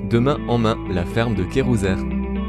De main en main, la ferme de Kérouzer.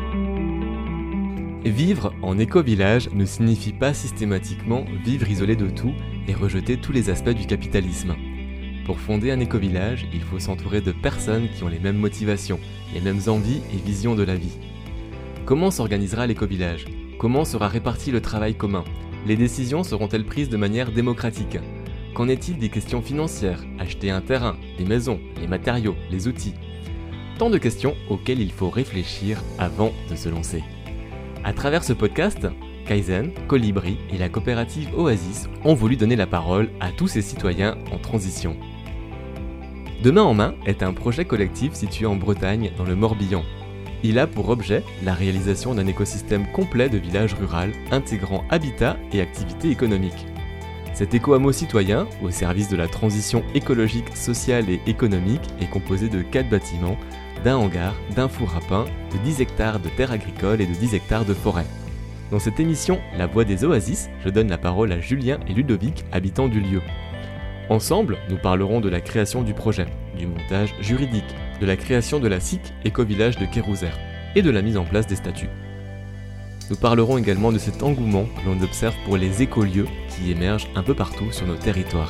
Vivre en éco-village ne signifie pas systématiquement vivre isolé de tout et rejeter tous les aspects du capitalisme. Pour fonder un éco-village, il faut s'entourer de personnes qui ont les mêmes motivations, les mêmes envies et visions de la vie. Comment s'organisera l'éco-village ? Comment sera réparti le travail commun ? Les décisions seront-elles prises de manière démocratique ? Qu'en est-il des questions financières ? Acheter un terrain, des maisons, les matériaux, les outils ? Tant de questions auxquelles il faut réfléchir avant de se lancer. À travers ce podcast, Kaizen, Colibri et la coopérative Oasis ont voulu donner la parole à tous ces citoyens en transition. De main en main est un projet collectif situé en Bretagne, dans le Morbihan. Il a pour objet la réalisation d'un écosystème complet de village rural intégrant habitat et activités économiques. Cet éco-hameau citoyen, au service de la transition écologique, sociale et économique, est composé de 4 bâtiments, d'un hangar, d'un four à pain, de 10 hectares de terres agricoles et de 10 hectares de forêt. Dans cette émission, La Voix des Oasis, je donne la parole à Julien et Ludovic, habitants du lieu. Ensemble, nous parlerons de la création du projet, du montage juridique, de la création de la SIC Éco-Village de Kérouzer et de la mise en place des statuts. Nous parlerons également de cet engouement que l'on observe pour les écolieux qui émergent un peu partout sur nos territoires.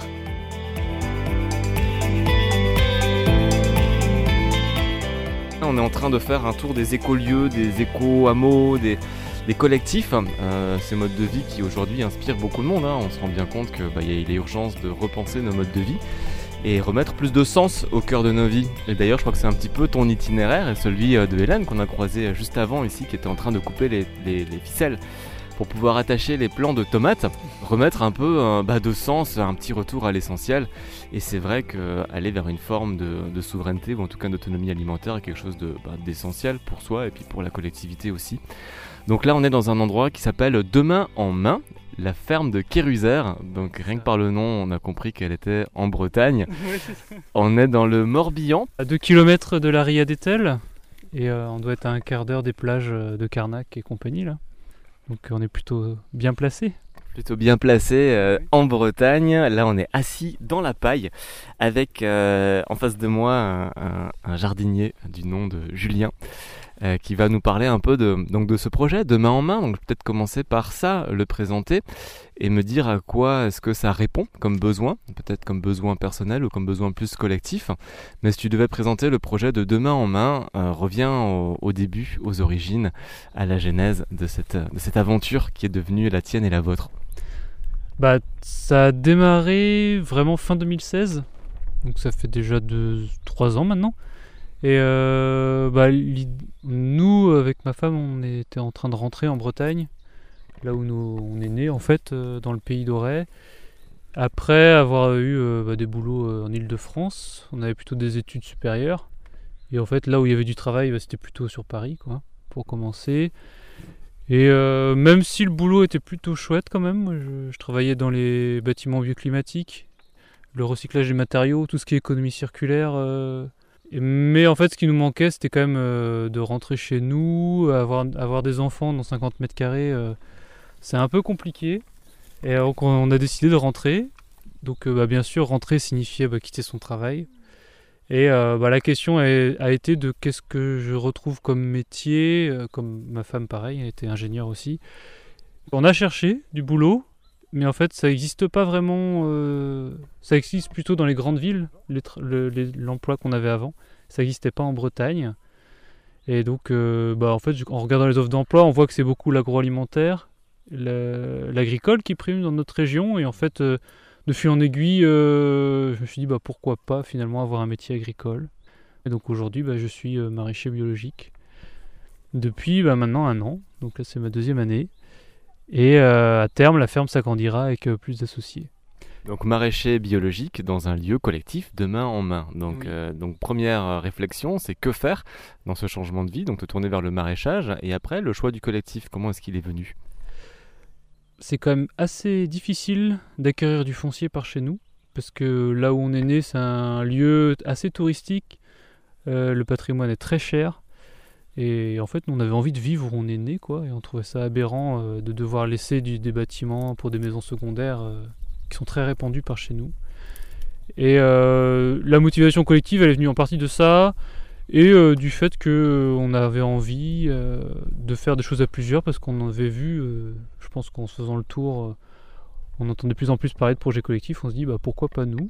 On est en train de faire un tour des écolieux, des éco-hameaux, des collectifs, ces modes de vie qui aujourd'hui inspirent beaucoup de monde. On se rend bien compte qu'il y a l'urgence de repenser nos modes de vie et remettre plus de sens au cœur de nos vies. Et d'ailleurs, je crois que c'est un petit peu ton itinéraire et celui de Hélène qu'on a croisé juste avant ici, qui était en train de couper les ficelles pour pouvoir attacher les plants de tomates, remettre un peu de sens, un petit retour à l'essentiel. Et c'est vrai qu'aller vers une forme de souveraineté ou en tout cas d'autonomie alimentaire est quelque chose d'essentiel pour soi et puis pour la collectivité aussi. Donc là, on est dans un endroit qui s'appelle De main en main, la ferme de Kérouzer. Donc rien que par le nom, on a compris qu'elle était en Bretagne. Oui, c'est ça. On est dans le Morbihan. À 2 km de la Ria d'Etel, et on doit être à un quart d'heure des plages de Carnac et compagnie là. Donc on est plutôt bien placé. Plutôt bien placé en Bretagne. Là, on est assis dans la paille avec en face de moi un jardinier du nom de Julien qui va nous parler un peu de ce projet de main en main. Donc peut-être commencer par ça, le présenter et me dire à quoi est-ce que ça répond comme besoin, peut-être comme besoin personnel ou comme besoin plus collectif. Mais si tu devais présenter le projet de main en main, reviens au début, aux origines, à la genèse de cette aventure qui est devenue la tienne et la vôtre. Ça a démarré vraiment fin 2016, donc ça fait déjà 3 ans maintenant. Et nous, avec ma femme, on était en train de rentrer en Bretagne, là où on est né en fait, dans le pays d'Auray. Après avoir eu des boulots en Île-de-France, on avait plutôt des études supérieures. Et en fait, là où il y avait du travail, c'était plutôt sur Paris, quoi, pour commencer. Et même si le boulot était plutôt chouette quand même, moi, je travaillais dans les bâtiments bioclimatiques, le recyclage des matériaux, tout ce qui est économie circulaire. Mais en fait, ce qui nous manquait, c'était quand même de rentrer chez nous, avoir des enfants dans 50 mètres carrés. C'est un peu compliqué. Et donc, on a décidé de rentrer. Donc, bien sûr, rentrer signifiait quitter son travail. Et la question a été de qu'est-ce que je retrouve comme métier, comme ma femme pareil, elle était ingénieure aussi. On a cherché du boulot, mais en fait ça n'existe pas vraiment, ça existe plutôt dans les grandes villes, l'emploi qu'on avait avant, ça n'existait pas en Bretagne. Et donc en fait en regardant les offres d'emploi, on voit que c'est beaucoup l'agroalimentaire, l'agricole qui prime dans notre région, et en fait de fil en aiguille, je me suis dit pourquoi pas finalement avoir un métier agricole. Et donc aujourd'hui, je suis maraîcher biologique depuis maintenant 1 an. Donc là, c'est ma 2e année. Et à terme, la ferme s'agrandira avec plus d'associés. Donc maraîcher biologique dans un lieu collectif de main en main. Donc, oui. Donc première réflexion, c'est que faire dans ce changement de vie, donc te tourner vers le maraîchage. Et après, le choix du collectif, comment est-ce qu'il est venu ? C'est quand même assez difficile d'acquérir du foncier par chez nous, parce que là où on est né, c'est un lieu assez touristique, le patrimoine est très cher, et en fait, on avait envie de vivre où on est né, quoi, et on trouvait ça aberrant de devoir laisser des bâtiments pour des maisons secondaires qui sont très répandues par chez nous. Et la motivation collective, elle est venue en partie de ça, Et du fait qu'on avait envie de faire des choses à plusieurs, parce qu'on en avait vu, je pense qu'en se faisant le tour, on entendait de plus en plus parler de projets collectifs, on se dit pourquoi pas nous.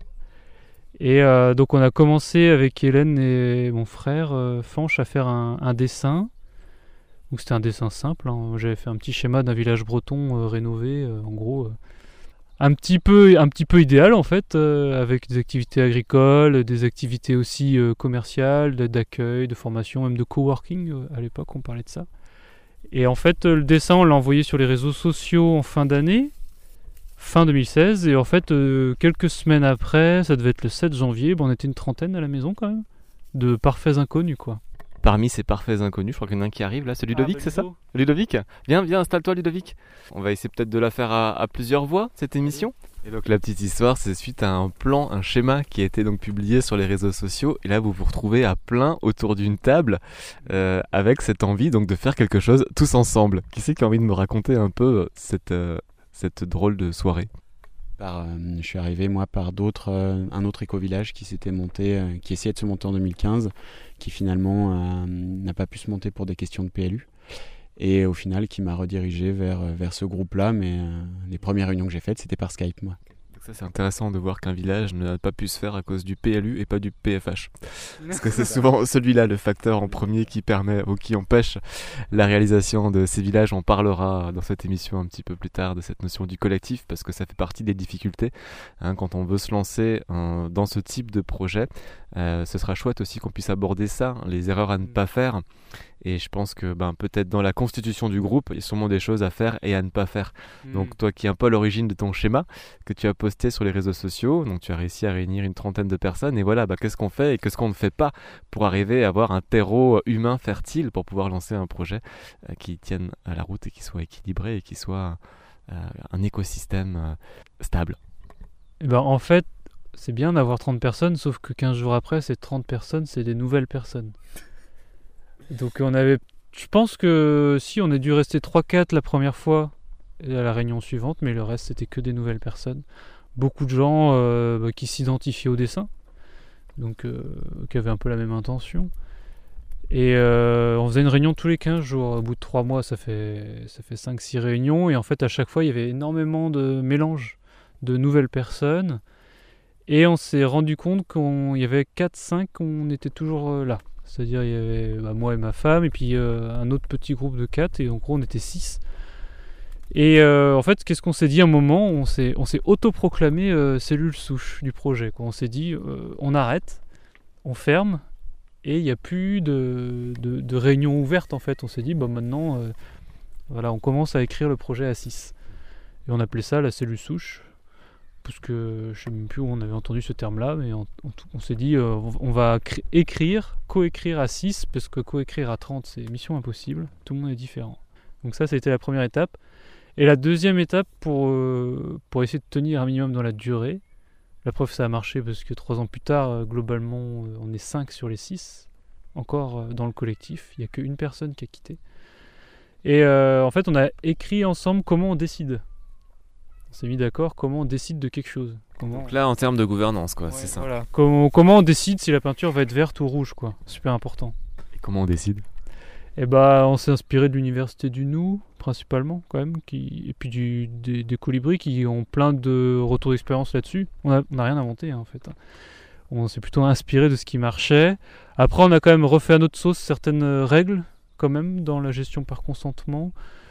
Et donc on a commencé avec Hélène et mon frère Fanch à faire un dessin. Donc c'était un dessin simple, hein. J'avais fait un petit schéma d'un village breton rénové, en gros un petit peu idéal en fait, avec des activités agricoles, des activités aussi commerciales, d'accueil, de formation, même de coworking, à l'époque on parlait de ça. Et en fait le dessin on l'a envoyé sur les réseaux sociaux en fin d'année, fin 2016, et en fait quelques semaines après, ça devait être le 7 janvier, on était une trentaine à la maison quand même, de parfaits inconnus quoi. Parmi ces parfaits inconnus, je crois qu'il y en a un qui arrive là, c'est Ludovic, c'est ça? Ludovic, viens, installe-toi Ludovic. On va essayer peut-être de la faire à plusieurs voix, cette émission. Et donc la petite histoire, c'est suite à un plan, un schéma qui a été donc publié sur les réseaux sociaux. Et là, vous vous retrouvez à plein autour d'une table avec cette envie donc de faire quelque chose tous ensemble. Qui c'est qui a envie de me raconter un peu cette drôle de soirée? Je suis arrivé moi par un autre éco-village qui s'était monté, qui essayait de se monter en 2015, qui finalement n'a pas pu se monter pour des questions de PLU, et au final qui m'a redirigé vers ce groupe-là, mais les premières réunions que j'ai faites c'était par Skype moi. Ça, c'est intéressant de voir qu'un village n'a pas pu se faire à cause du PLU et pas du PFH. Parce que c'est souvent celui-là le facteur en premier qui permet ou qui empêche la réalisation de ces villages. On parlera dans cette émission un petit peu plus tard de cette notion du collectif parce que ça fait partie des difficultés. Quand on veut se lancer dans ce type de projet, ce sera chouette aussi qu'on puisse aborder ça, les erreurs à ne pas faire. Et je pense que peut-être dans la constitution du groupe, il y a sûrement des choses à faire et à ne pas faire. Donc toi qui es un peu à l'origine de ton schéma, que tu as posté sur les réseaux sociaux, donc tu as réussi à réunir une trentaine de personnes, et voilà, qu'est-ce qu'on fait et qu'est-ce qu'on ne fait pas pour arriver à avoir un terreau humain fertile pour pouvoir lancer un projet qui tienne à la route et qui soit équilibré et qui soit un écosystème stable. Et en fait, c'est bien d'avoir 30 personnes, sauf que 15 jours après, ces 30 personnes, c'est des nouvelles personnes. Donc je pense que si on a dû rester 3-4 la première fois à la réunion suivante, mais le reste c'était que des nouvelles personnes. Beaucoup de gens qui s'identifiaient au dessin, donc qui avaient un peu la même intention. Et on faisait une réunion tous les 15 jours. Au bout de 3 mois, ça fait 5-6 réunions. Et en fait, à chaque fois, il y avait énormément de mélange de nouvelles personnes. Et on s'est rendu compte qu'il y avait 4-5, on était toujours là. C'est-à-dire il y avait moi et ma femme et puis un autre petit groupe de 4 et en gros on était 6. Et en fait qu'est-ce qu'on s'est dit à un moment, on s'est autoproclamé cellule souche du projet quoi. On s'est dit on arrête, on ferme et il n'y a plus de réunion ouverte en fait. On s'est dit maintenant voilà, on commence à écrire le projet à 6. Et on appelait ça la cellule souche. Parce que je ne sais même plus où on avait entendu ce terme-là, mais on s'est dit on va coécrire à 6, parce que coécrire à 30, c'est mission impossible, tout le monde est différent. Donc ça a été la première étape. Et la deuxième étape, pour essayer de tenir un minimum dans la durée, la preuve ça a marché, parce que 3 ans plus tard, globalement, on est 5 sur les 6, encore dans le collectif, il n'y a qu'une personne qui a quitté. Et en fait, on a écrit ensemble comment on décide. On s'est mis d'accord comment on décide de quelque chose. Donc là, en termes de gouvernance, quoi, c'est ça. Voilà. Comment on décide si la peinture va être verte ou rouge, quoi. Super important. Et comment on décide? On s'est inspiré de l'université du Nou, principalement, quand même, et puis des colibris qui ont plein de retours d'expérience là-dessus. On n'a rien inventé, en fait. On s'est plutôt inspiré de ce qui marchait. Après, on a quand même refait à notre sauce certaines règles, quand même, dans la gestion par consentement.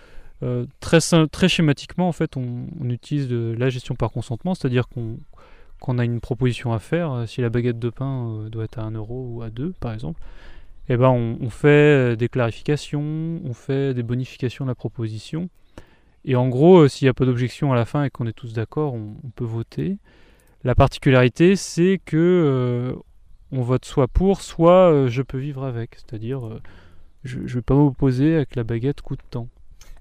Très schématiquement en fait on utilise la gestion par consentement, c'est-à-dire qu'on a une proposition à faire, si la baguette de pain doit être à 1 euro ou à 2 par exemple, on fait des clarifications, on fait des bonifications de la proposition, et en gros s'il n'y a pas d'objection à la fin et qu'on est tous d'accord, on peut voter. La particularité c'est que on vote soit pour, soit je peux vivre avec, c'est-à-dire je ne vais pas m'opposer à que la baguette coûte tant.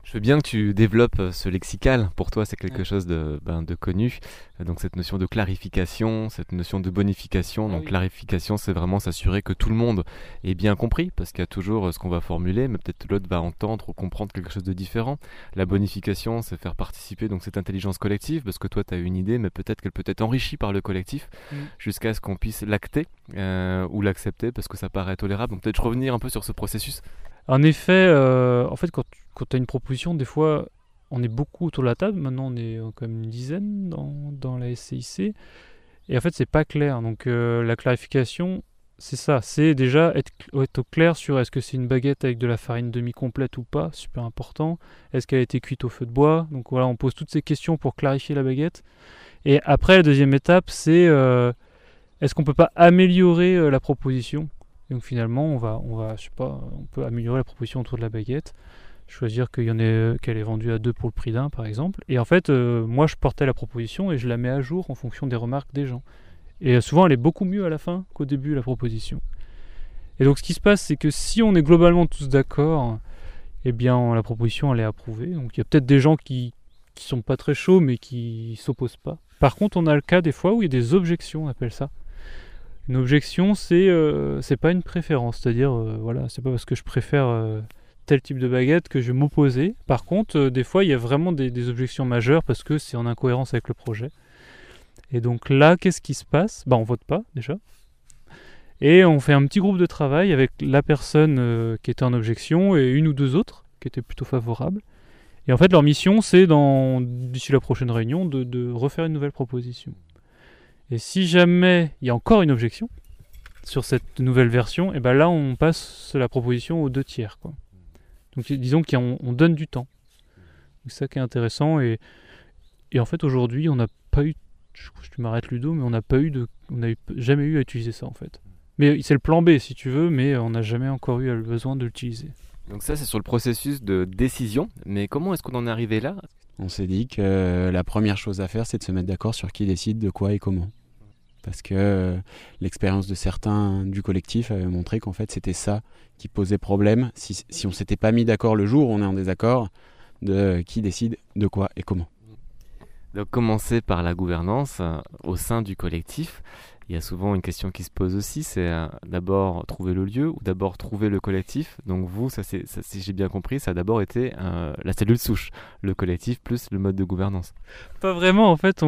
Je veux bien que tu développes ce lexical. Pour toi, c'est quelque chose de connu. Donc cette notion de clarification, cette notion de bonification. Donc clarification, c'est vraiment s'assurer que tout le monde ait bien compris, parce qu'il y a toujours ce qu'on va formuler, mais peut-être l'autre va entendre ou comprendre quelque chose de différent. La bonification, c'est faire participer donc cette intelligence collective, parce que toi, tu as une idée, mais peut-être qu'elle peut être enrichie par le collectif, jusqu'à ce qu'on puisse l'acter ou l'accepter, parce que ça paraît tolérable. Donc peut-être revenir un peu sur ce processus. En effet, en fait, quand tu as une proposition, des fois, on est beaucoup autour de la table. Maintenant, on est quand même une dizaine dans la SCIC. Et en fait, c'est pas clair. Donc, la clarification, c'est ça. C'est déjà être au clair sur est-ce que c'est une baguette avec de la farine demi-complète ou pas. Super important. Est-ce qu'elle a été cuite au feu de bois? Donc voilà, on pose toutes ces questions pour clarifier la baguette. Et après, la deuxième étape, c'est est-ce qu'on peut pas améliorer la proposition? Donc finalement, on va, je sais pas, on peut améliorer la proposition autour de la baguette, choisir qu'elle est vendue à 2 pour le prix d'un, par exemple. Et en fait, moi, je portais la proposition et je la mets à jour en fonction des remarques des gens. Et souvent, elle est beaucoup mieux à la fin qu'au début, la proposition. Et donc, ce qui se passe, c'est que si on est globalement tous d'accord, eh bien, la proposition, elle est approuvée. Donc, il y a peut-être des gens qui sont pas très chauds, mais qui s'opposent pas. Par contre, on a le cas des fois où il y a des objections, on appelle ça. Une objection, c'est pas une préférence, c'est-à-dire, voilà, c'est pas parce que je préfère tel type de baguette que je vais m'opposer. Par contre, des fois, il y a vraiment des objections majeures parce que c'est en incohérence avec le projet. Et donc là, qu'est-ce qui se passe? On vote pas, déjà. Et on fait un petit groupe de travail avec la personne qui était en objection et une ou deux autres qui étaient plutôt favorables. Et en fait, leur mission, c'est, d'ici la prochaine réunion, de refaire une nouvelle proposition. Et si jamais il y a encore une objection sur cette nouvelle version, et ben là on passe la proposition aux 2 tiers, quoi. Donc disons qu'on donne du temps. C'est ça qui est intéressant. Et en fait aujourd'hui on n'a pas eu, je m'arrête Ludo, mais on n'a jamais eu à utiliser ça en fait. Mais c'est le plan B si tu veux, mais on n'a jamais encore eu le besoin de l'utiliser. Donc ça c'est sur le processus de décision, mais comment est-ce qu'on en est arrivé là? On s'est dit que la première chose à faire, c'est de se mettre d'accord sur qui décide de quoi et comment. Parce que l'expérience de certains du collectif avait montré qu'en fait, c'était ça qui posait problème. Si on ne s'était pas mis d'accord le jour où on est en désaccord, de qui décide de quoi et comment. Donc commencer par la gouvernance au sein du collectif. Il y a souvent une question qui se pose aussi, c'est d'abord trouver le lieu ou d'abord trouver le collectif. Donc vous, ça, si j'ai bien compris, ça a d'abord été la cellule souche, le collectif plus le mode de gouvernance. Pas vraiment, en fait,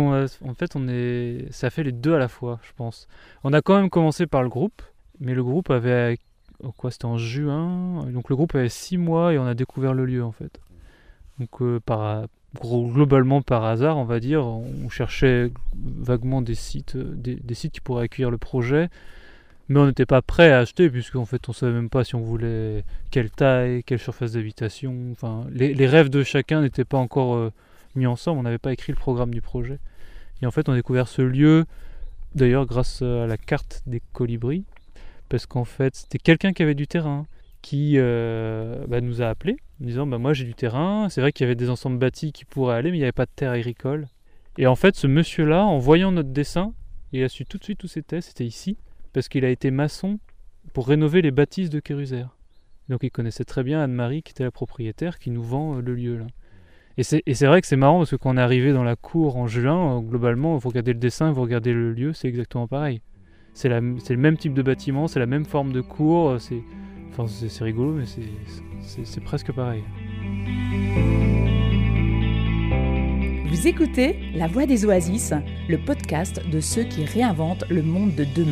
ça fait les deux à la fois, je pense. On a quand même commencé par le groupe, mais le groupe avait, c'était en juin, donc le groupe avait 6 mois et on a découvert le lieu en fait. Donc globalement par hasard, on va dire, on cherchait vaguement des sites qui pourraient accueillir le projet, mais on n'était pas prêt à acheter puisqu'en fait on savait même pas si on voulait quelle taille, quelle surface d'habitation. Enfin, les rêves de chacun n'étaient pas encore mis ensemble. On n'avait pas écrit le programme du projet. Et en fait, on a découvert ce lieu, d'ailleurs grâce à la carte des colibris, parce qu'en fait c'était quelqu'un qui avait du terrain qui nous a appelés en disant moi j'ai du terrain, c'est vrai qu'il y avait des ensembles bâtis qui pourraient aller, mais il n'y avait pas de terre agricole. Et en fait ce monsieur-là, en voyant notre dessin, il a su tout de suite où c'était ici, parce qu'il a été maçon pour rénover les bâtisses de Quéruser. Donc il connaissait très bien Anne-Marie qui était la propriétaire, qui nous vend le lieu là. Et c'est vrai que c'est marrant parce que quand on est arrivé dans la cour en juin, globalement vous regardez le dessin, vous regardez le lieu, c'est exactement pareil. C'est le même type de bâtiment, c'est la même forme de cour, c'est rigolo, mais c'est presque pareil. Vous écoutez La Voix des Oasis, le podcast de ceux qui réinventent le monde de demain.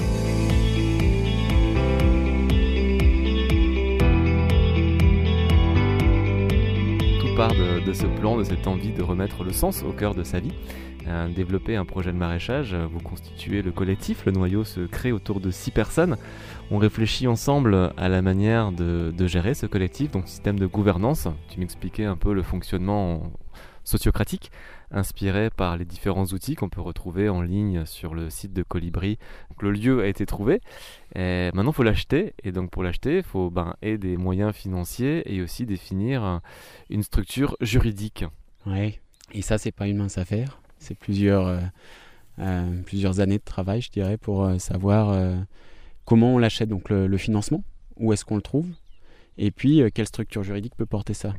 Tout part de ce plan, de cette envie de remettre le sens au cœur de sa vie. Développer un projet de maraîchage, vous constituez le collectif, le noyau se crée autour de 6 personnes. On réfléchit ensemble à la manière de gérer ce collectif, donc système de gouvernance. Tu m'expliquais un peu le fonctionnement sociocratique, inspiré par les différents outils qu'on peut retrouver en ligne sur le site de Colibri. Donc, le lieu a été trouvé, et maintenant il faut l'acheter, et donc pour l'acheter, il faut et des moyens financiers et aussi définir une structure juridique. Oui, et ça c'est pas une mince affaire, c'est plusieurs années de travail, je dirais, pour savoir comment on l'achète, donc le financement, où est-ce qu'on le trouve, et puis quelle structure juridique peut porter ça.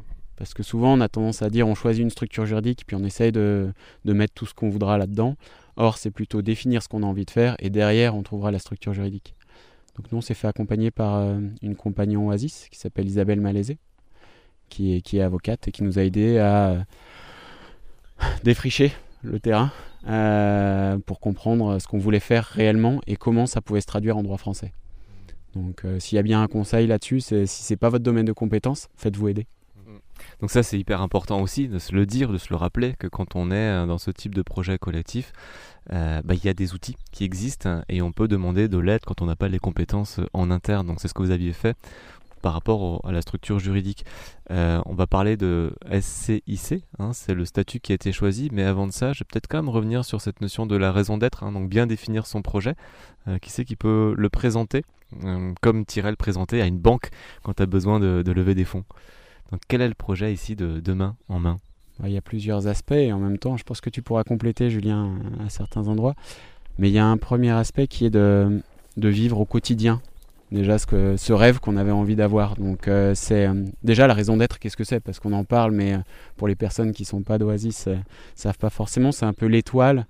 Parce que souvent, on a tendance à dire on choisit une structure juridique, puis on essaye de mettre tout ce qu'on voudra là-dedans. Or, c'est plutôt définir ce qu'on a envie de faire, et derrière, on trouvera la structure juridique. Donc nous, on s'est fait accompagner par une compagnon Oasis qui s'appelle Isabelle Malaisé, qui est avocate et qui nous a aidé à défricher le terrain pour comprendre ce qu'on voulait faire réellement et comment ça pouvait se traduire en droit français. Donc s'il y a bien un conseil là-dessus, si c'est pas votre domaine de compétence, faites-vous aider. Donc ça, c'est hyper important aussi de se le dire, de se le rappeler, que quand on est dans ce type de projet collectif, y a des outils qui existent et on peut demander de l'aide quand on n'a pas les compétences en interne. Donc c'est ce que vous aviez fait par rapport à la structure juridique. On va parler de SCIC, c'est le statut qui a été choisi, mais avant de ça, je vais peut-être quand même revenir sur cette notion de la raison d'être, donc bien définir son projet. Qui c'est qui peut le présenter, comme Tyrell présentait à une banque quand tu as besoin de lever des fonds. Donc quel est le projet ici de main en main ? Il y a plusieurs aspects et en même temps, je pense que tu pourras compléter, Julien, à certains endroits. Mais il y a un premier aspect qui est de vivre au quotidien. Déjà, ce rêve qu'on avait envie d'avoir. Donc c'est déjà la raison d'être, qu'est-ce que c'est ? Parce qu'on en parle, mais pour les personnes qui ne sont pas d'Oasis, ne savent pas forcément. C'est un peu l'étoile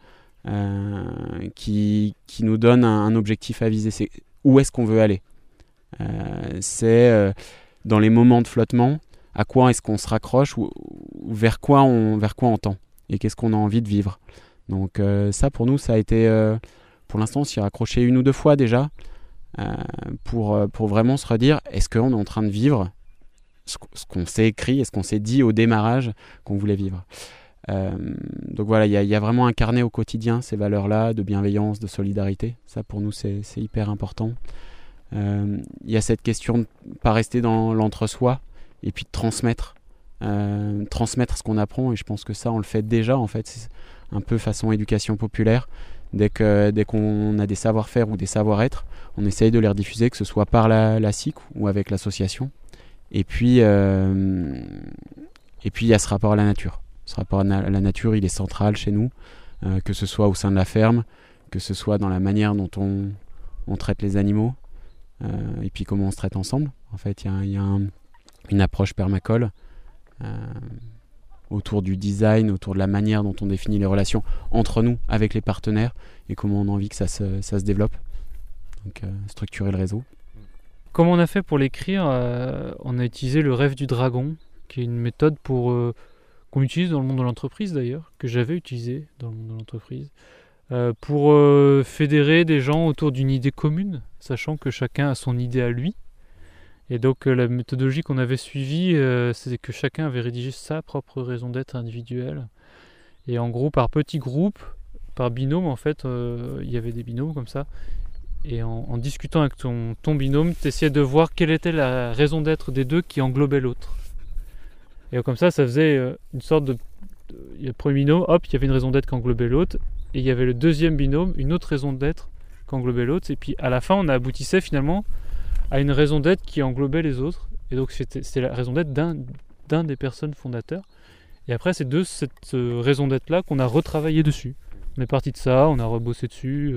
qui nous donne un objectif à viser. C'est où est-ce qu'on veut aller ? C'est dans les moments de flottement, à quoi est-ce qu'on se raccroche ou vers quoi on tend et qu'est-ce qu'on a envie de vivre. Donc ça, pour nous, ça a été... pour l'instant, on s'y est raccroché 1 ou 2 fois déjà pour vraiment se redire, est-ce qu'on est en train de vivre ce qu'on s'est écrit et ce qu'on s'est dit au démarrage qu'on voulait vivre. Donc voilà, il y a vraiment incarné au quotidien ces valeurs-là de bienveillance, de solidarité. Ça, pour nous, c'est hyper important. Il y a cette question de ne pas rester dans l'entre-soi et puis de transmettre ce qu'on apprend, et je pense que ça, on le fait déjà, en fait. C'est un peu façon éducation populaire. Dès qu'on a des savoir-faire ou des savoir-être, on essaye de les rediffuser, que ce soit par la SIC ou avec l'association. Et puis, il y a ce rapport à la nature. Ce rapport à la nature, il est central chez nous, que ce soit au sein de la ferme, que ce soit dans la manière dont on traite les animaux, et puis comment on se traite ensemble. En fait, il y a une approche permacole autour du design, autour de la manière dont on définit les relations entre nous, avec les partenaires, et comment on a envie que ça se développe. Donc structurer le réseau. Comment on a fait pour l'écrire ? On a utilisé le rêve du dragon, qui est une méthode qu'on utilise dans le monde de l'entreprise d'ailleurs, que j'avais utilisé dans le monde de l'entreprise, pour fédérer des gens autour d'une idée commune, sachant que chacun a son idée à lui. Et donc la méthodologie qu'on avait suivie, c'est que chacun avait rédigé sa propre raison d'être individuelle. Et en gros, par petits groupes, par binôme, en fait, il y avait des binômes comme ça. Et en discutant avec ton binôme, tu essayais de voir quelle était la raison d'être des deux qui englobait l'autre. Et comme ça faisait une sorte de... Le premier binôme, hop, il y avait une raison d'être qui englobait l'autre. Et il y avait le deuxième binôme, une autre raison d'être qui englobait l'autre. Et puis à la fin, on aboutissait finalement à une raison d'être qui englobait les autres. Et donc c'était la raison d'être d'un des personnes fondateurs. Et après, c'est de cette raison d'être-là qu'on a retravaillé dessus. On est parti de ça, on a rebossé dessus,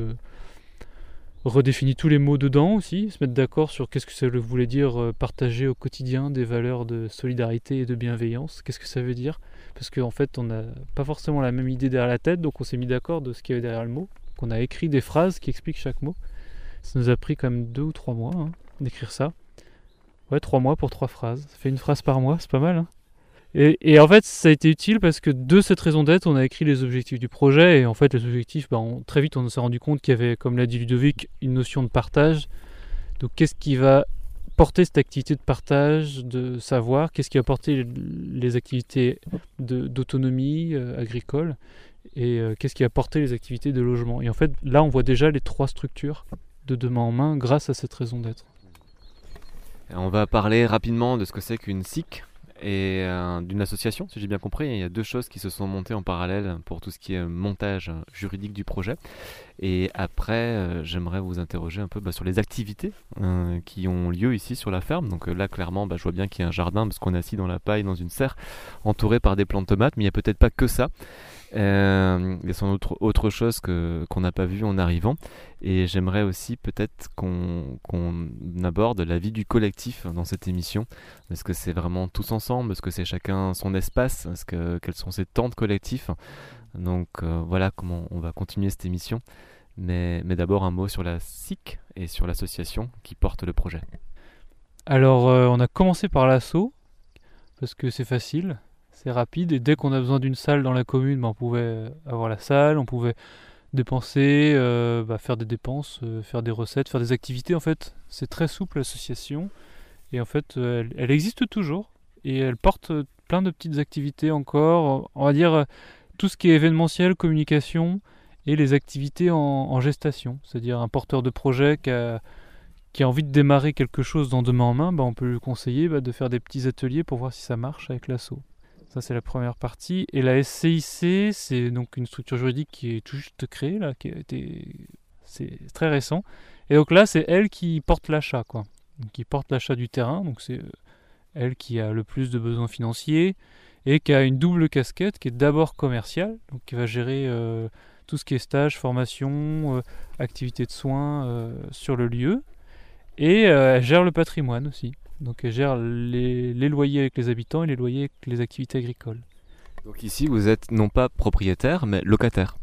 redéfini tous les mots dedans aussi, se mettre d'accord sur qu'est-ce que ça voulait dire partager au quotidien des valeurs de solidarité et de bienveillance. Qu'est-ce que ça veut dire ? Parce qu'en fait, on n'a pas forcément la même idée derrière la tête, donc on s'est mis d'accord de ce qu'il y avait derrière le mot. Donc on a écrit des phrases qui expliquent chaque mot. Ça nous a pris quand même 2 ou 3 mois d'écrire ça. Ouais, 3 mois pour 3 phrases. Ça fait une phrase par mois, c'est pas mal. Et en fait, ça a été utile parce que de cette raison d'être, on a écrit les objectifs du projet. Et en fait, les objectifs, très vite, on s'est rendu compte qu'il y avait, comme l'a dit Ludovic, une notion de partage. Donc, qu'est-ce qui va porter cette activité de partage, de savoir ? Qu'est-ce qui va porter les activités d'autonomie agricole ? Et qu'est-ce qui va porter les activités de logement ? Et en fait, là, on voit déjà les 3 structures de demain en main grâce à cette raison d'être. On va parler rapidement de ce que c'est qu'une SIC et d'une association, si j'ai bien compris. Il y a 2 choses qui se sont montées en parallèle pour tout ce qui est montage juridique du projet. Et après, j'aimerais vous interroger un peu sur les activités qui ont lieu ici sur la ferme. Donc là, clairement, je vois bien qu'il y a un jardin parce qu'on est assis dans la paille, dans une serre, entouré par des plants de tomates, mais il n'y a peut-être pas que ça. Il y a sans doute autre chose qu'on n'a pas vu en arrivant. Et j'aimerais aussi peut-être qu'on aborde la vie du collectif dans cette émission. Est-ce que c'est vraiment tous ensemble? Est-ce que c'est chacun son espace? Quels sont ces temps de collectif? Donc voilà comment on va continuer cette émission. Mais d'abord un mot sur la SIC et sur l'association qui porte le projet. Alors on a commencé par l'asso, parce que c'est facile, c'est rapide, et dès qu'on a besoin d'une salle dans la commune, on pouvait avoir la salle, on pouvait dépenser, faire des dépenses, faire des recettes, faire des activités. En fait, c'est très souple l'association, et en fait elle existe toujours, et elle porte plein de petites activités encore, on va dire tout ce qui est événementiel, communication, et les activités en gestation, c'est-à-dire un porteur de projet qui a envie de démarrer quelque chose dans Demain en main, on peut lui conseiller de faire des petits ateliers pour voir si ça marche avec l'asso. Ça, c'est la première partie. Et la SCIC, c'est donc une structure juridique qui est tout juste créée, là, c'est très récent. Et donc là, c'est elle qui porte l'achat, quoi. Donc, qui porte l'achat du terrain, donc c'est elle qui a le plus de besoins financiers et qui a une double casquette qui est d'abord commerciale, donc qui va gérer tout ce qui est stage, formation, activités de soins sur le lieu. Et elle gère le patrimoine aussi. Donc elle gère les loyers avec les habitants et les loyers avec les activités agricoles. Donc ici, vous êtes non pas propriétaire, mais locataire.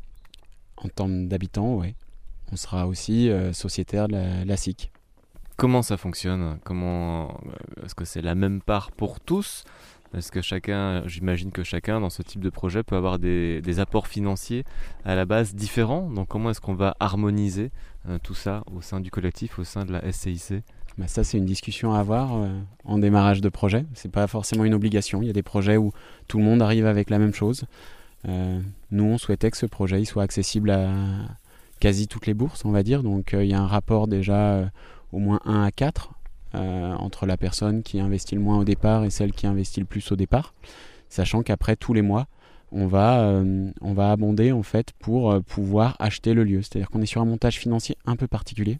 En termes d'habitants, oui. On sera aussi sociétaire de la SIC. Comment ça fonctionne? Est-ce que c'est la même part pour tous? Est-ce que j'imagine que chacun dans ce type de projet peut avoir des apports financiers à la base différents. Donc comment est-ce qu'on va harmoniser tout ça au sein du collectif, au sein de la SCIC? Ça, c'est une discussion à avoir en démarrage de projet. C'est pas forcément une obligation. Il y a des projets où tout le monde arrive avec la même chose. Nous, on souhaitait que ce projet il soit accessible à quasi toutes les bourses, on va dire. Donc il y a un rapport déjà au moins 1 à 4 entre la personne qui investit le moins au départ et celle qui investit le plus au départ, sachant qu'après tous les mois on va abonder en fait pour pouvoir acheter le lieu. C'est-à-dire qu'on est sur un montage financier un peu particulier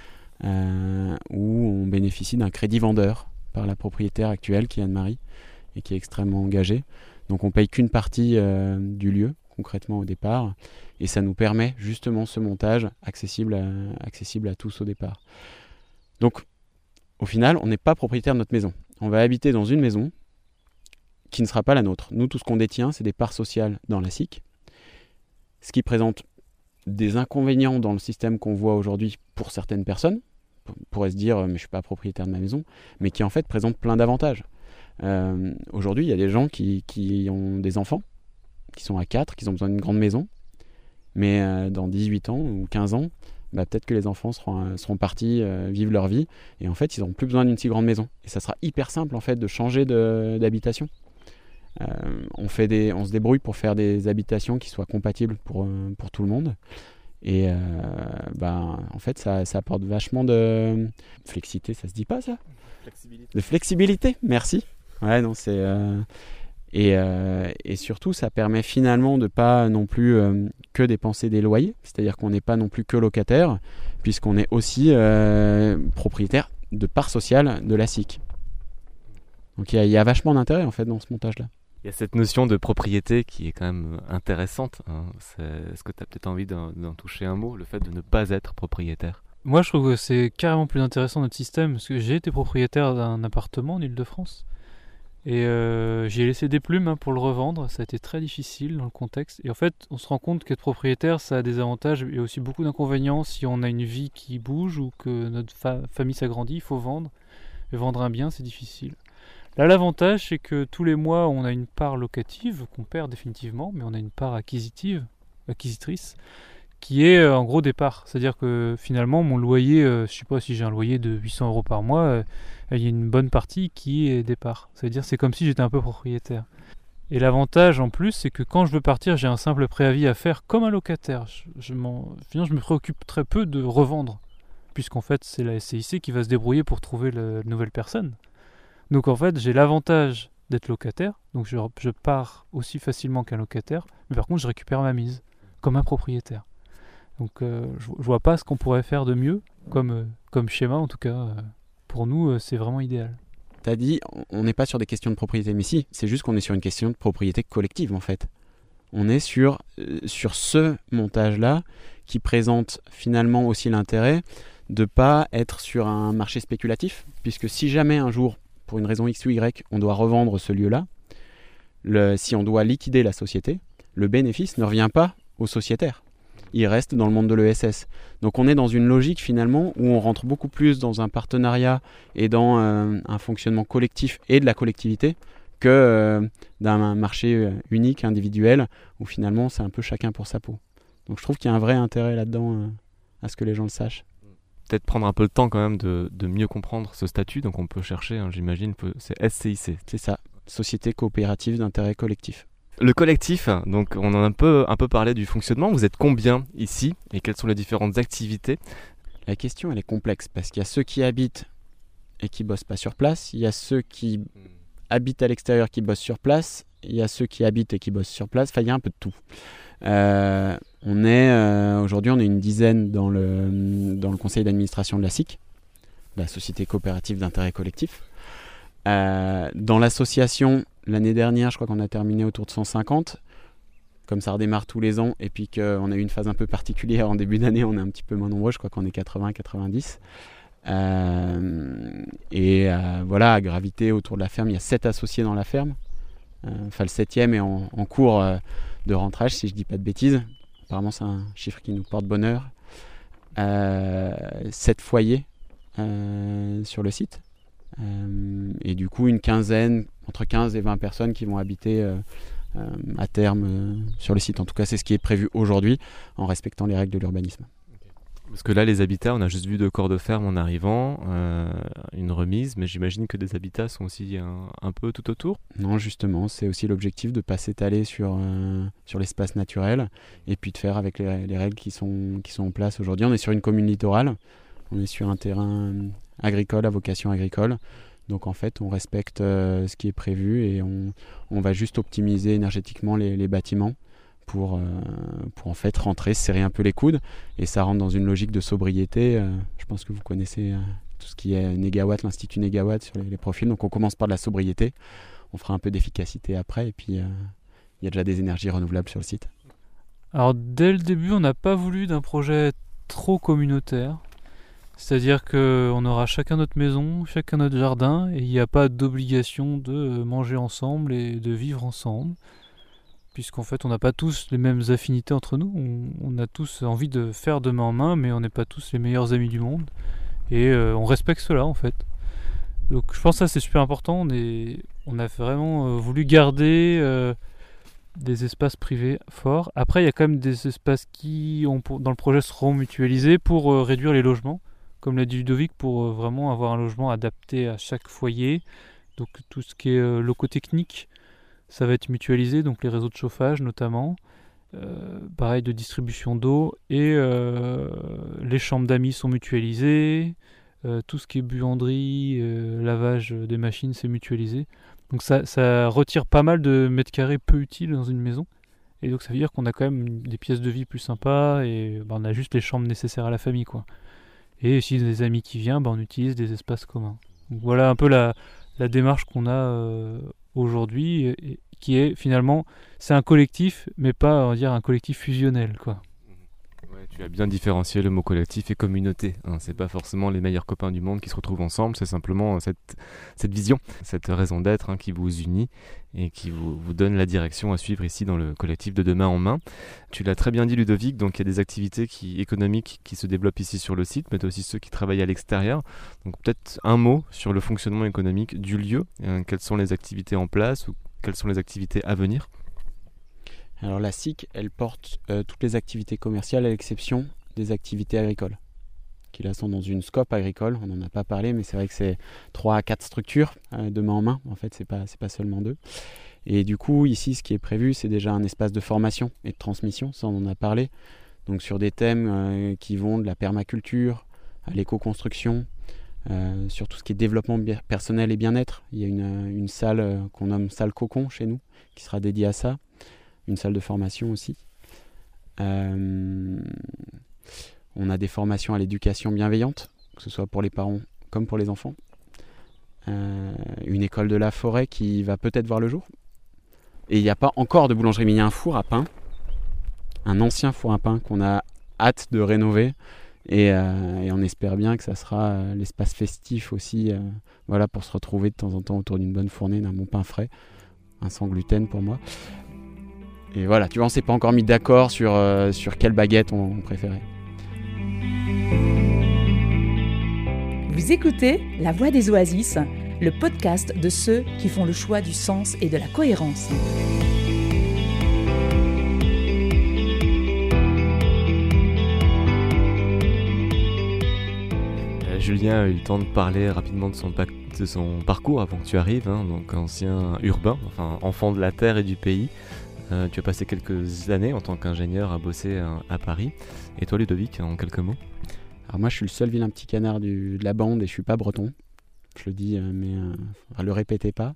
où on bénéficie d'un crédit vendeur par la propriétaire actuelle qui est Anne-Marie et qui est extrêmement engagée. Donc on paye qu'une partie du lieu concrètement au départ et ça nous permet justement ce montage accessible à tous au départ. Donc au final, on n'est pas propriétaire de notre maison. On va habiter dans une maison qui ne sera pas la nôtre. Nous, tout ce qu'on détient, c'est des parts sociales dans la SIC, ce qui présente des inconvénients dans le système qu'on voit aujourd'hui pour certaines personnes. On pourrait se dire, mais je ne suis pas propriétaire de ma maison, mais qui en fait présente plein d'avantages. Aujourd'hui, il y a des gens qui ont des enfants, qui sont à 4, qui ont besoin d'une grande maison, mais dans 18 ans ou 15 ans, peut-être que les enfants seront partis vivre leur vie et en fait ils n'auront plus besoin d'une si grande maison et ça sera hyper simple en fait de changer d'habitation. On se débrouille pour faire des habitations qui soient compatibles pour tout le monde et en fait ça apporte vachement de flexité, ça se dit pas ça? De flexibilité, merci. Ouais, non, c'est et surtout ça permet finalement de pas non plus que dépenser des loyers, c'est-à-dire qu'on n'est pas non plus que locataire puisqu'on est aussi propriétaire de parts sociales de la SIC. Donc il y a vachement d'intérêt en fait dans ce montage là. Il y a cette notion de propriété qui est quand même intéressante, hein. Est-ce que tu as peut-être envie d'en toucher un mot, le fait de ne pas être propriétaire? Moi je trouve que c'est carrément plus intéressant notre système parce que j'ai été propriétaire d'un appartement en Ile-de-France. Et j'y ai laissé des plumes pour le revendre, ça a été très difficile dans le contexte. Et en fait, on se rend compte qu'être propriétaire, ça a des avantages et aussi beaucoup d'inconvénients. Si on a une vie qui bouge ou que notre famille s'agrandit, il faut vendre. Et vendre un bien, c'est difficile. Là, l'avantage, c'est que tous les mois, on a une part locative qu'on perd définitivement, mais on a une part acquisitrice, qui est en gros des parts. C'est-à-dire que finalement, mon loyer, je ne sais pas si j'ai un loyer de 800 € par mois, il y a une bonne partie qui est des parts. C'est-à-dire c'est comme si j'étais un peu propriétaire. Et l'avantage en plus, c'est que quand je veux partir, j'ai un simple préavis à faire comme un locataire. Finalement, je me préoccupe très peu de revendre, puisqu'en fait, c'est la SCIC qui va se débrouiller pour trouver la nouvelle personne. Donc en fait, j'ai l'avantage d'être locataire, donc je pars aussi facilement qu'un locataire, mais par contre, je récupère ma mise, comme un propriétaire. Donc je vois pas ce qu'on pourrait faire de mieux, comme schéma en tout cas. Pour nous, c'est vraiment idéal. Tu as dit, on n'est pas sur des questions de propriété, mais si, c'est juste qu'on est sur une question de propriété collective en fait. On est sur ce montage-là qui présente finalement aussi l'intérêt de ne pas être sur un marché spéculatif, puisque si jamais un jour, pour une raison X ou Y, on doit revendre ce lieu-là, si on doit liquider la société, le bénéfice ne revient pas aux sociétaires. Il reste dans le monde de l'ESS. Donc on est dans une logique finalement où on rentre beaucoup plus dans un partenariat et dans un fonctionnement collectif et de la collectivité que d'un marché unique, individuel, où finalement c'est un peu chacun pour sa peau. Donc je trouve qu'il y a un vrai intérêt là-dedans à ce que les gens le sachent. Peut-être prendre un peu le temps quand même de mieux comprendre ce statut, donc on peut chercher, j'imagine, c'est SCIC. C'est ça, Société coopérative d'intérêt collectif. Le collectif, donc on en a un peu parlé du fonctionnement, vous êtes combien ici et quelles sont les différentes activités? La question elle est complexe parce qu'il y a ceux qui habitent et qui bossent pas sur place, il y a ceux qui habitent à l'extérieur qui bossent sur place, il y a ceux qui habitent et qui bossent sur place, enfin il y a un peu de tout. Aujourd'hui on est une dizaine dans le conseil d'administration de la SIC, la Société coopérative d'intérêt collectif. Dans l'association, l'année dernière, je crois qu'on a terminé autour de 150. Comme ça redémarre tous les ans, et puis qu'on a eu une phase un peu particulière en début d'année, on est un petit peu moins nombreux, je crois qu'on est 80-90. Voilà, à graviter autour de la ferme, il y a 7 associés dans la ferme. Enfin, le 7e est en cours de rentrage, si je ne dis pas de bêtises. Apparemment, c'est un chiffre qui nous porte bonheur. 7 foyers sur le site. Et du coup, une quinzaine, entre 15 et 20 personnes qui vont habiter à terme sur le site. En tout cas, c'est ce qui est prévu aujourd'hui, en respectant les règles de l'urbanisme. Parce que là, les habitats, on a juste vu 2 corps de ferme en arrivant, une remise, mais j'imagine que des habitats sont aussi un peu tout autour. Non, justement, c'est aussi l'objectif de ne pas s'étaler sur l'espace naturel et puis de faire avec les règles qui sont en place aujourd'hui. On est sur une commune littorale, on est sur un terrain agricole à vocation agricole. Donc en fait, on respecte ce qui est prévu et on va juste optimiser énergétiquement les bâtiments pour en fait rentrer, serrer un peu les coudes, et ça rentre dans une logique de sobriété. Je pense que vous connaissez tout ce qui est Négawatt, l'Institut Négawatt sur les profils. Donc on commence par de la sobriété, on fera un peu d'efficacité après, et puis il y a déjà des énergies renouvelables sur le site. Alors dès le début, on n'a pas voulu d'un projet trop communautaire. C'est-à-dire qu'on aura chacun notre maison, chacun notre jardin, et il n'y a pas d'obligation de manger ensemble et de vivre ensemble. Puisqu'en fait, on n'a pas tous les mêmes affinités entre nous. On a tous envie de faire de main en main, mais on n'est pas tous les meilleurs amis du monde. Et on respecte cela, en fait. Donc je pense que ça, c'est super important. On a vraiment voulu garder des espaces privés forts. Après, il y a quand même des espaces qui, dans le projet, seront mutualisés pour réduire les logements. Comme l'a dit Ludovic, pour vraiment avoir un logement adapté à chaque foyer. Donc tout ce qui est locaux techniques, ça va être mutualisé, donc les réseaux de chauffage notamment, pareil de distribution d'eau, et les chambres d'amis sont mutualisées, tout ce qui est buanderie, lavage des machines, c'est mutualisé. Donc ça retire pas mal de mètres carrés peu utiles dans une maison, et donc ça veut dire qu'on a quand même des pièces de vie plus sympas, et on a juste les chambres nécessaires à la famille, quoi. Et si des amis qui viennent, on utilise des espaces communs. Donc voilà un peu la démarche qu'on a aujourd'hui, qui est finalement, c'est un collectif, mais pas, on va dire, un collectif fusionnel, quoi. Ouais, tu as bien différencié le mot collectif et communauté. C'est pas forcément les meilleurs copains du monde qui se retrouvent ensemble, c'est simplement cette vision, cette raison d'être qui vous unit et qui vous donne la direction à suivre ici dans le collectif de Demain en Main. Tu l'as très bien dit, Ludovic, donc il y a des activités économiques qui se développent ici sur le site, mais aussi ceux qui travaillent à l'extérieur. Donc peut-être un mot sur le fonctionnement économique du lieu, quelles sont les activités en place ou quelles sont les activités à venir? Alors la SIC, elle porte toutes les activités commerciales à l'exception des activités agricoles, qui là sont dans une scope agricole. On n'en a pas parlé, mais c'est vrai que c'est 3 à 4 structures de main en main. En fait, c'est pas seulement 2. Et du coup, ici, ce qui est prévu, c'est déjà un espace de formation et de transmission, ça on en a parlé. Donc sur des thèmes qui vont de la permaculture à l'éco-construction, sur tout ce qui est développement personnel et bien-être. Il y a une salle qu'on nomme salle cocon chez nous, qui sera dédiée à ça. Une salle de formation aussi. On a des formations à l'éducation bienveillante, que ce soit pour les parents comme pour les enfants. Une école de la forêt qui va peut-être voir le jour. Et il n'y a pas encore de boulangerie, mais il y a un four à pain, un ancien four à pain qu'on a hâte de rénover. Et on espère bien que ça sera l'espace festif aussi, pour se retrouver de temps en temps autour d'une bonne fournée, d'un bon pain frais, un sans gluten pour moi. Et voilà, tu vois, on s'est pas encore mis d'accord sur quelle baguette on préférait. Vous écoutez La Voix des Oasis, le podcast de ceux qui font le choix du sens et de la cohérence. Julien a eu le temps de parler rapidement de son parcours avant que tu arrives, donc ancien urbain, enfin enfant de la terre et du pays. Tu as passé quelques années en tant qu'ingénieur à bosser à Paris. Et toi Ludovic, en quelques mots? Alors moi je suis le seul vilain petit canard de la bande et je suis pas breton. Je le dis mais le répétez pas.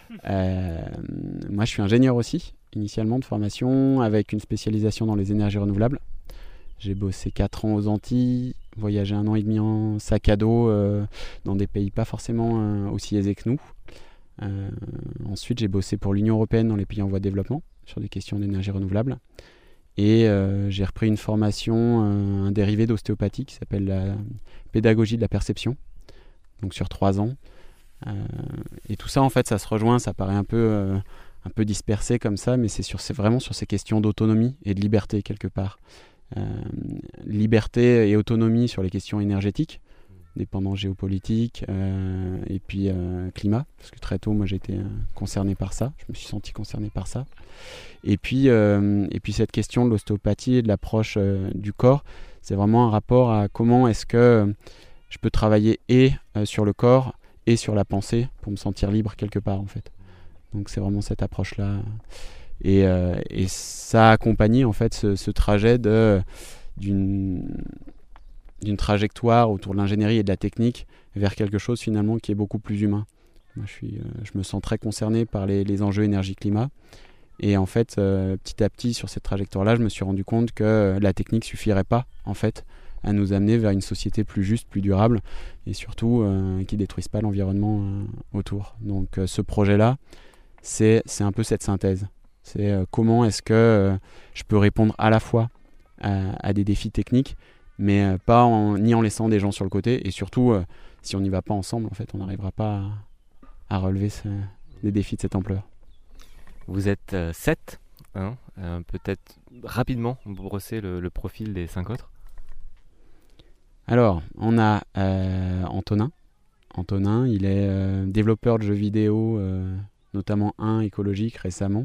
Moi je suis ingénieur aussi, initialement de formation, avec une spécialisation dans les énergies renouvelables. J'ai bossé 4 ans aux Antilles, voyagé 1 an et demi en sac à dos dans des pays pas forcément aussi aisés que nous. Ensuite, j'ai bossé pour l'Union européenne dans les pays en voie de développement sur des questions d'énergie renouvelable. Et j'ai repris une formation, un dérivé d'ostéopathie qui s'appelle la pédagogie de la perception, donc sur 3 ans. Et tout ça, en fait, ça se rejoint, ça paraît un peu dispersé comme ça, mais c'est vraiment sur ces questions d'autonomie et de liberté quelque part. Liberté et autonomie sur les questions énergétiques, dépendance géopolitique et puis climat, parce que très tôt moi j'ai été concerné par ça, je me suis senti concerné par ça, et puis cette question de l'ostéopathie et de l'approche du corps, c'est vraiment un rapport à comment est-ce que je peux travailler et sur le corps et sur la pensée pour me sentir libre quelque part en fait. Donc c'est vraiment cette approche là. Et ça a accompagné en fait ce trajet d'une trajectoire autour de l'ingénierie et de la technique vers quelque chose finalement qui est beaucoup plus humain. Moi, je me sens très concerné par les enjeux énergie-climat. Et en fait, petit à petit sur cette trajectoire-là, je me suis rendu compte que la technique suffirait pas en fait à nous amener vers une société plus juste, plus durable et surtout qui détruise pas l'environnement autour. Donc ce projet-là, c'est un peu cette synthèse. C'est comment est-ce que je peux répondre à la fois à des défis techniques, mais pas ni en laissant des gens sur le côté, et surtout, si on n'y va pas ensemble, en fait, on n'arrivera pas à relever des défis de cette ampleur. Vous êtes 7, peut-être rapidement brosser le profil des 5 autres. Alors, on a Antonin. Antonin, il est développeur de jeux vidéo, notamment un écologique récemment.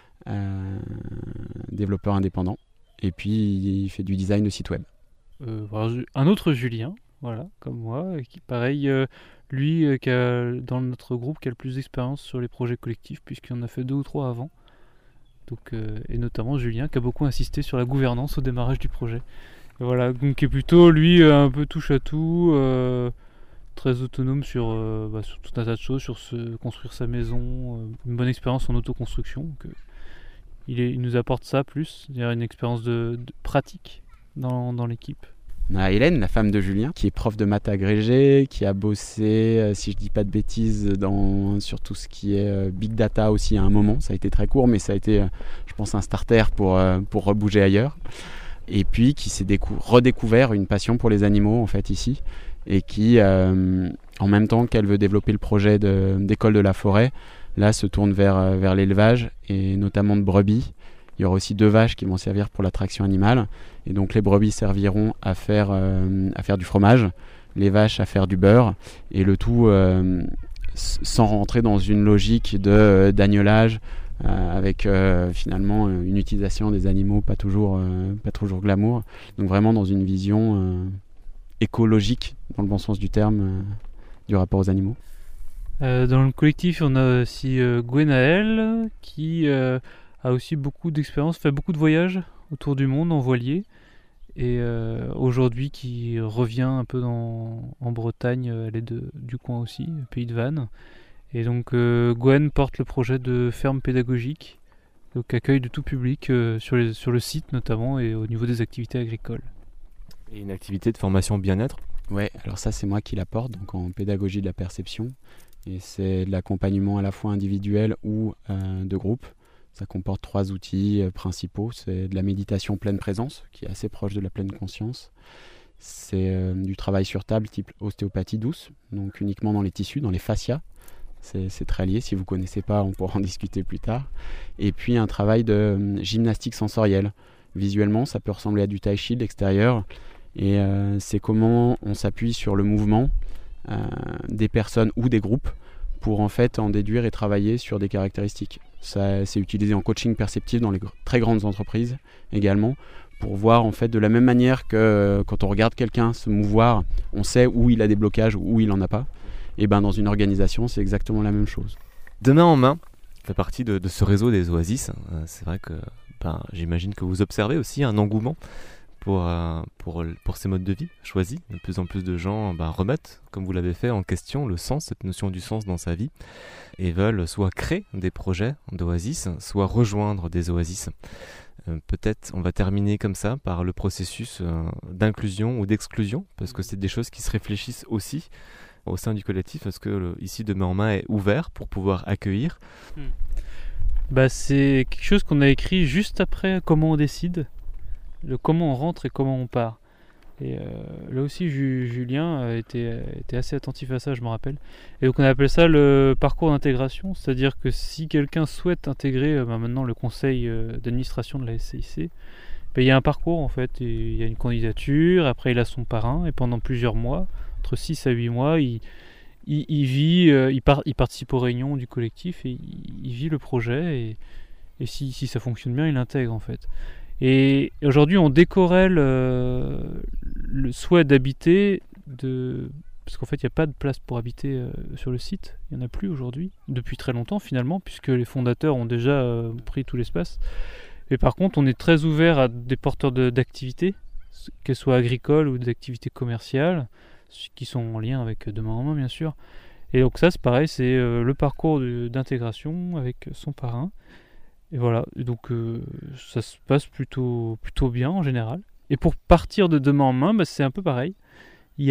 Développeur indépendant, et puis il fait du design de site web. Un autre Julien, voilà, comme moi, qui pareil, lui qui a, dans notre groupe qui a le plus d'expérience sur les projets collectifs, puisqu'il en a fait 2 ou 3 avant. Donc, et notamment Julien qui a beaucoup insisté sur la gouvernance au démarrage du projet. Et voilà, donc qui est plutôt lui un peu touche à tout, très autonome sur tout un tas de choses, sur construire sa maison, une bonne expérience en autoconstruction. Donc, il nous apporte ça plus, c'est-à-dire une expérience de pratique dans l'équipe. On a Hélène, la femme de Julien, qui est prof de maths agrégée, qui a bossé, si je dis pas de bêtises, sur tout ce qui est big data aussi à un moment. Ça a été très court, mais ça a été, je pense, un starter pour rebouger ailleurs. Et puis qui s'est redécouvert une passion pour les animaux en fait ici, et qui, en même temps qu'elle veut développer le projet d'école de la forêt, là se tourne vers l'élevage, et notamment de brebis. Il y aura aussi 2 vaches qui vont servir pour l'attraction animale. Et donc les brebis serviront à faire du fromage, les vaches à faire du beurre, et le tout sans rentrer dans une logique d'agnelage, avec finalement une utilisation des animaux pas toujours glamour. Donc vraiment dans une vision écologique, dans le bon sens du terme, du rapport aux animaux. Dans le collectif, on a aussi Gwenaël qui a aussi beaucoup d'expérience, fait beaucoup de voyages autour du monde en voilier, et aujourd'hui qui revient un peu en Bretagne, elle est du coin aussi, pays de Vannes. Et donc Gwen porte le projet de ferme pédagogique, donc accueil de tout public sur le site notamment et au niveau des activités agricoles. Et une activité de formation bien-être? Ouais, alors ça c'est moi qui la porte, donc en pédagogie de la perception. Et c'est de l'accompagnement à la fois individuel ou de groupe Ça comporte 3 outils principaux. C'est de la méditation pleine présence, qui est assez proche de la pleine conscience. C'est du travail sur table type ostéopathie douce, donc uniquement dans les tissus, dans les fascias. C'est très lié. Si vous ne connaissez pas, on pourra en discuter plus tard. Et puis un travail de gymnastique sensorielle. Visuellement, ça peut ressembler à du tai chi de l'extérieur. Et c'est comment on s'appuie sur le mouvement des personnes ou des groupes pour en fait en déduire et travailler sur des caractéristiques. Ça, c'est utilisé en coaching perceptif dans les très grandes entreprises également, pour voir en fait de la même manière que quand on regarde quelqu'un se mouvoir, on sait où il a des blocages ou où il n'en a pas. Et ben dans une organisation, c'est exactement la même chose. De main en main, fait partie de ce réseau des oasis. C'est vrai que j'imagine que vous observez aussi un engouement pour ces modes de vie choisis. De plus en plus de gens remettent, comme vous l'avez fait, en question le sens, cette notion du sens dans sa vie, et veulent soit créer des projets d'oasis, soit rejoindre des oasis. Peut-être on va terminer comme ça par le processus d'inclusion ou d'exclusion, parce que c'est des choses qui se réfléchissent aussi au sein du collectif, parce que ici Demain en main est ouvert pour pouvoir accueillir. C'est quelque chose qu'on a écrit juste après comment on décide, le comment on rentre et comment on part. Et là aussi Julien était assez attentif à ça, je me rappelle. Et donc on appelle ça le parcours d'intégration, c'est-à-dire que si quelqu'un souhaite intégrer maintenant le conseil d'administration de la SCIC, il y a un parcours en fait, il y a une candidature, après il a son parrain, et pendant plusieurs mois, entre 6 à 8 mois, il participe aux réunions du collectif et il vit le projet, et si ça fonctionne bien, il l'intègre en fait. Et aujourd'hui, on décorrèle le souhait d'habiter, parce qu'en fait, il n'y a pas de place pour habiter sur le site. Il n'y en a plus aujourd'hui, depuis très longtemps finalement, puisque les fondateurs ont déjà pris tout l'espace. Et par contre, on est très ouvert à des porteurs d'activités, qu'elles soient agricoles ou des activités commerciales, qui sont en lien avec Demain en main, bien sûr. Et donc ça, c'est pareil, c'est le parcours d'intégration avec son parrain. Et voilà, et donc ça se passe plutôt bien en général. Et pour partir de Demain en main, c'est un peu pareil. Il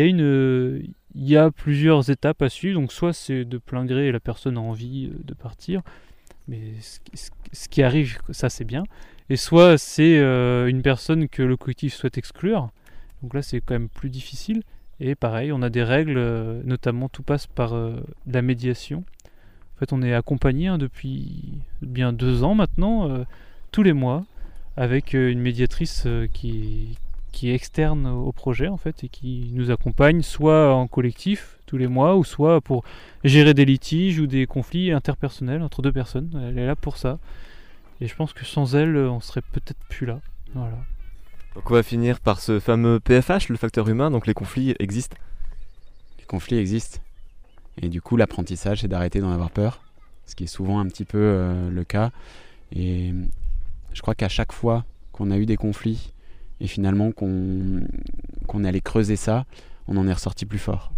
y a plusieurs étapes à suivre. Donc soit c'est de plein gré et la personne a envie de partir, mais ce qui arrive, ça c'est bien. Et soit c'est une personne que le collectif souhaite exclure. Donc là c'est quand même plus difficile. Et pareil, on a des règles, notamment tout passe par la médiation. En fait, on est accompagné depuis bien 2 ans maintenant, tous les mois, avec une médiatrice qui est externe au projet en fait, et qui nous accompagne soit en collectif tous les mois, ou soit pour gérer des litiges ou des conflits interpersonnels entre 2 personnes. Elle est là pour ça. Et je pense que sans elle, on serait peut-être plus là. Voilà. Donc on va finir par ce fameux PFH, le facteur humain. Donc les conflits existent. Les conflits existent. Et du coup, l'apprentissage, c'est d'arrêter d'en avoir peur, ce qui est souvent un petit peu le cas. Et je crois qu'à chaque fois qu'on a eu des conflits, et finalement qu'on est allé creuser ça, on en est ressorti plus fort.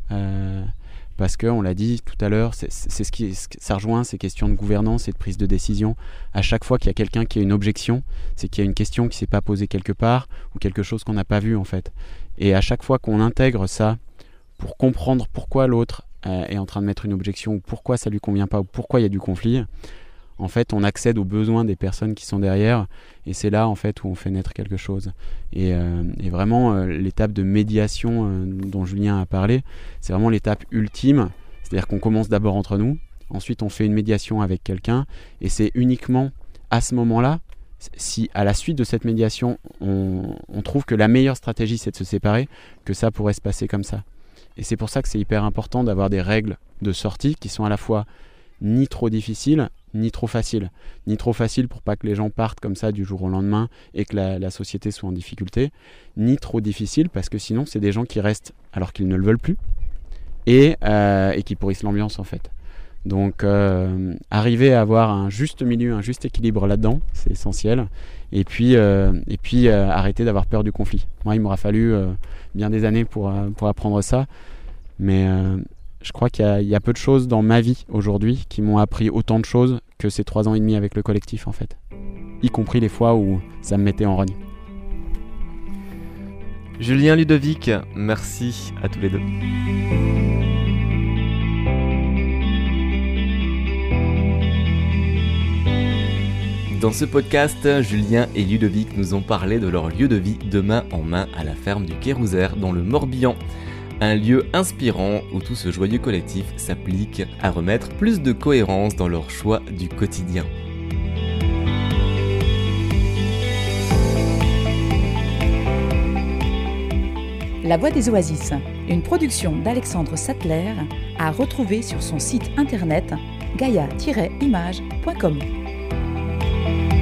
Parce qu'on l'a dit tout à l'heure, ça rejoint ces questions de gouvernance et de prise de décision. À chaque fois qu'il y a quelqu'un qui a une objection, c'est qu'il y a une question qui ne s'est pas posée quelque part, ou quelque chose qu'on n'a pas vu en fait. Et à chaque fois qu'on intègre ça, pour comprendre pourquoi l'autre est en train de mettre une objection, ou pourquoi ça lui convient pas, ou pourquoi il y a du conflit, en fait on accède aux besoins des personnes qui sont derrière, et c'est là en fait où on fait naître quelque chose. Et vraiment l'étape de médiation dont Julien a parlé, c'est vraiment l'étape ultime, c'est-à-dire qu'on commence d'abord entre nous, ensuite on fait une médiation avec quelqu'un, et c'est uniquement à ce moment-là, si à la suite de cette médiation on trouve que la meilleure stratégie c'est de se séparer, que ça pourrait se passer comme ça. Et c'est pour ça que c'est hyper important d'avoir des règles de sortie qui sont à la fois ni trop difficiles, ni trop faciles. Ni trop faciles pour pas que les gens partent comme ça du jour au lendemain et que la société soit en difficulté. Ni trop difficiles parce que sinon c'est des gens qui restent alors qu'ils ne le veulent plus et qui pourrissent l'ambiance en fait. Donc arriver à avoir un juste milieu, un juste équilibre là-dedans, c'est essentiel. Et puis arrêter d'avoir peur du conflit. Moi, il m'aura fallu bien des années pour apprendre ça. Mais je crois qu'il y a peu de choses dans ma vie aujourd'hui qui m'ont appris autant de choses que ces 3 ans et demi avec le collectif en fait. Y compris les fois où ça me mettait en rogne. Julien, Ludovic, merci à tous les 2. Dans ce podcast, Julien et Ludovic nous ont parlé de leur lieu de vie de main en main à la ferme du Quai Rouzert dans le Morbihan. Un lieu inspirant où tout ce joyeux collectif s'applique à remettre plus de cohérence dans leur choix du quotidien. La Voix des Oasis, une production d'Alexandre Sattler, à retrouver sur son site internet gaia-image.com.